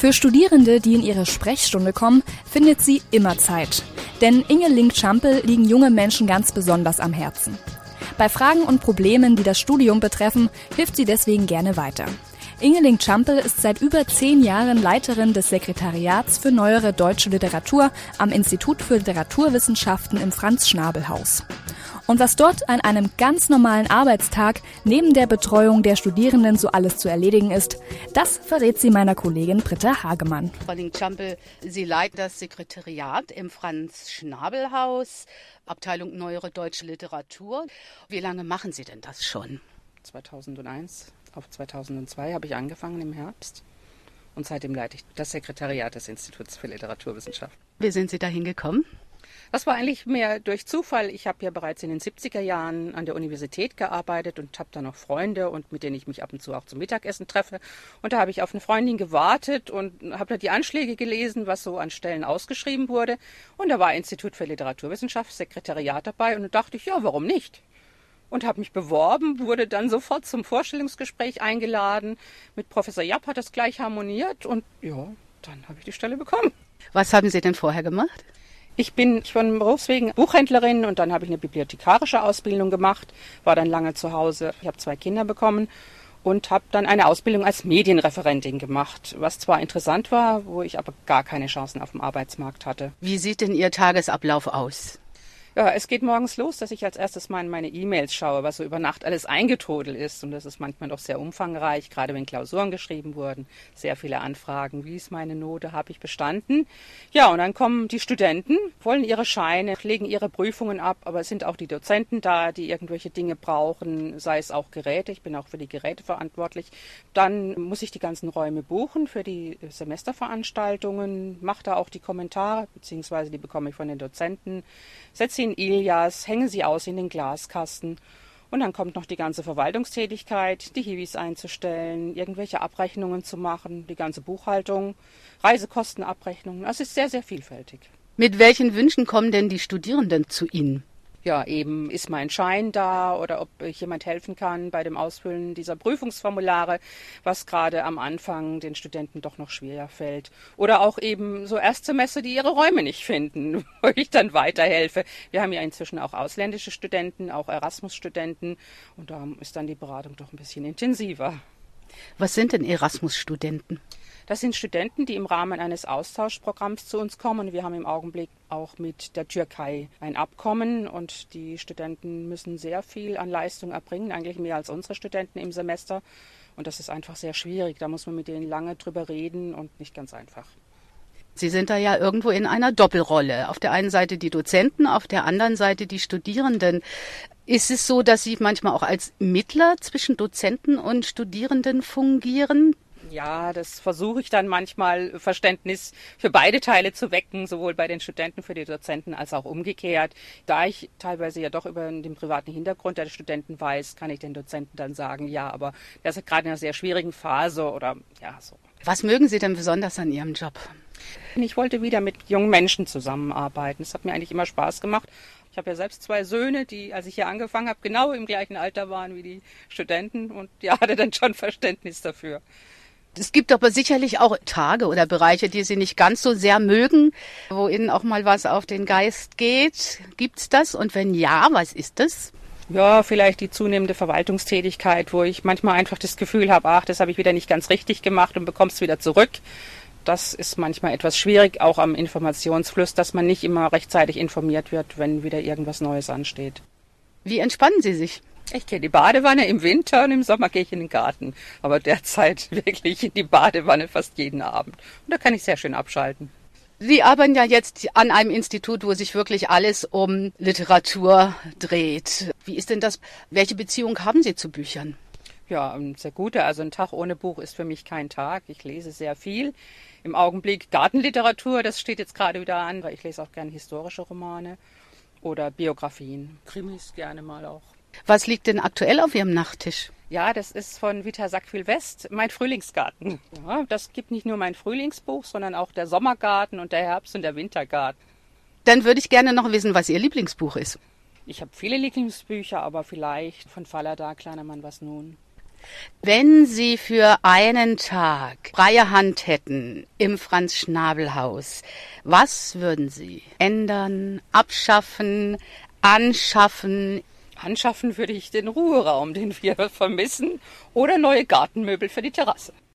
Für Studierende, die in ihre Sprechstunde kommen, findet sie immer Zeit. Denn Inge Link-Champel liegen junge Menschen ganz besonders am Herzen. Bei Fragen und Problemen, die das Studium betreffen, hilft sie deswegen gerne weiter. Inge Link-Champel ist seit über 10 Jahren Leiterin des Sekretariats für neuere deutsche Literatur am Institut für Literaturwissenschaften im Franz-Schnabel-Haus. Und was dort an einem ganz normalen Arbeitstag neben der Betreuung der Studierenden so alles zu erledigen ist, das verrät sie meiner Kollegin Britta Hagemann. Frau Link-Champel, Sie leiten das Sekretariat im Franz-Schnabel-Haus, Abteilung Neuere Deutsche Literatur. Wie lange machen Sie denn das schon? 2001 auf 2002 habe ich angefangen im Herbst und seitdem leite ich das Sekretariat des Instituts für Literaturwissenschaft. Wie sind Sie da hingekommen? Das war eigentlich mehr durch Zufall. Ich habe ja bereits in den 70er Jahren an der Universität gearbeitet und habe da noch Freunde, und mit denen ich mich ab und zu auch zum Mittagessen treffe. Und da habe ich auf eine Freundin gewartet und habe da die Anschläge gelesen, was so an Stellen ausgeschrieben wurde. Und da war Institut für Literaturwissenschaft, Sekretariat dabei, und da dachte ich, ja, warum nicht? Und habe mich beworben, wurde dann sofort zum Vorstellungsgespräch eingeladen. Mit Professor Japp hat das gleich harmoniert und ja, dann habe ich die Stelle bekommen. Was haben Sie denn vorher gemacht? Ich bin von Berufswegen Buchhändlerin und dann habe ich eine bibliothekarische Ausbildung gemacht, war dann lange zu Hause. Ich habe 2 Kinder bekommen und habe dann eine Ausbildung als Medienreferentin gemacht, was zwar interessant war, wo ich aber gar keine Chancen auf dem Arbeitsmarkt hatte. Wie sieht denn Ihr Tagesablauf aus? Ja, es geht morgens los, dass ich als erstes mal in meine E-Mails schaue, was so über Nacht alles eingetrudelt ist. Und das ist manchmal doch sehr umfangreich, gerade wenn Klausuren geschrieben wurden. Sehr viele Anfragen. Wie ist meine Note? Habe ich bestanden? Ja, und dann kommen die Studenten, wollen ihre Scheine, legen ihre Prüfungen ab. Aber es sind auch die Dozenten da, die irgendwelche Dinge brauchen, sei es auch Geräte. Ich bin auch für die Geräte verantwortlich. Dann muss ich die ganzen Räume buchen für die Semesterveranstaltungen, mache da auch die Kommentare, beziehungsweise die bekomme ich von den Dozenten, setze sie in Ilias, hänge sie aus in den Glaskasten. Und dann kommt noch die ganze Verwaltungstätigkeit, die Hiwis einzustellen, irgendwelche Abrechnungen zu machen, die ganze Buchhaltung, Reisekostenabrechnungen. Das ist sehr, sehr vielfältig. Mit welchen Wünschen kommen denn die Studierenden zu Ihnen? Ja, eben, ist mein Schein da oder ob ich jemand helfen kann bei dem Ausfüllen dieser Prüfungsformulare, was gerade am Anfang den Studenten doch noch schwerer fällt. Oder auch eben so Erstsemester, die ihre Räume nicht finden, wo ich dann weiterhelfe. Wir haben ja inzwischen auch ausländische Studenten, auch Erasmus-Studenten, und da ist dann die Beratung doch ein bisschen intensiver. Was sind denn Erasmus-Studenten? Das sind Studenten, die im Rahmen eines Austauschprogramms zu uns kommen. Wir haben im Augenblick auch mit der Türkei ein Abkommen, und die Studenten müssen sehr viel an Leistung erbringen, eigentlich mehr als unsere Studenten im Semester. Und das ist einfach sehr schwierig. Da muss man mit denen lange drüber reden und nicht ganz einfach. Sie sind da ja irgendwo in einer Doppelrolle. Auf der einen Seite die Dozenten, auf der anderen Seite die Studierenden. Ist es so, dass Sie manchmal auch als Mittler zwischen Dozenten und Studierenden fungieren? Ja, das versuche ich dann manchmal, Verständnis für beide Teile zu wecken, sowohl bei den Studenten, für die Dozenten als auch umgekehrt. Da ich teilweise ja doch über den privaten Hintergrund der Studenten weiß, kann ich den Dozenten dann sagen, ja, aber das ist gerade in einer sehr schwierigen Phase oder ja, so. Was mögen Sie denn besonders an Ihrem Job? Ich wollte wieder mit jungen Menschen zusammenarbeiten. Das hat mir eigentlich immer Spaß gemacht. Ich habe ja selbst 2 Söhne, die, als ich hier angefangen habe, genau im gleichen Alter waren wie die Studenten, und ja, hatte dann schon Verständnis dafür. Es gibt aber sicherlich auch Tage oder Bereiche, die Sie nicht ganz so sehr mögen, wo Ihnen auch mal was auf den Geist geht. Gibt's das? Und wenn ja, was ist das? Ja, vielleicht die zunehmende Verwaltungstätigkeit, wo ich manchmal einfach das Gefühl habe, ach, das habe ich wieder nicht ganz richtig gemacht und bekomme es wieder zurück. Das ist manchmal etwas schwierig, auch am Informationsfluss, dass man nicht immer rechtzeitig informiert wird, wenn wieder irgendwas Neues ansteht. Wie entspannen Sie sich? Ich gehe in die Badewanne im Winter und im Sommer gehe ich in den Garten. Aber derzeit wirklich in die Badewanne fast jeden Abend. Und da kann ich sehr schön abschalten. Sie arbeiten ja jetzt an einem Institut, wo sich wirklich alles um Literatur dreht. Wie ist denn das? Welche Beziehung haben Sie zu Büchern? Ja, eine sehr gute. Also ein Tag ohne Buch ist für mich kein Tag. Ich lese sehr viel. Im Augenblick Gartenliteratur, das steht jetzt gerade wieder an. Ich lese auch gerne historische Romane oder Biografien. Krimis gerne mal auch. Was liegt denn aktuell auf Ihrem Nachttisch? Ja, das ist von Vita Sackville-West, mein Frühlingsgarten. Ja, das gibt nicht nur mein Frühlingsbuch, sondern auch der Sommergarten und der Herbst- und der Wintergarten. Dann würde ich gerne noch wissen, was Ihr Lieblingsbuch ist. Ich habe viele Lieblingsbücher, aber vielleicht von Fallada, Kleiner Mann, was nun? Wenn Sie für einen Tag freie Hand hätten im Franz-Schnabel-Haus, was würden Sie ändern, abschaffen, anschaffen? Anschaffen würde ich den Ruheraum, den wir vermissen, oder neue Gartenmöbel für die Terrasse.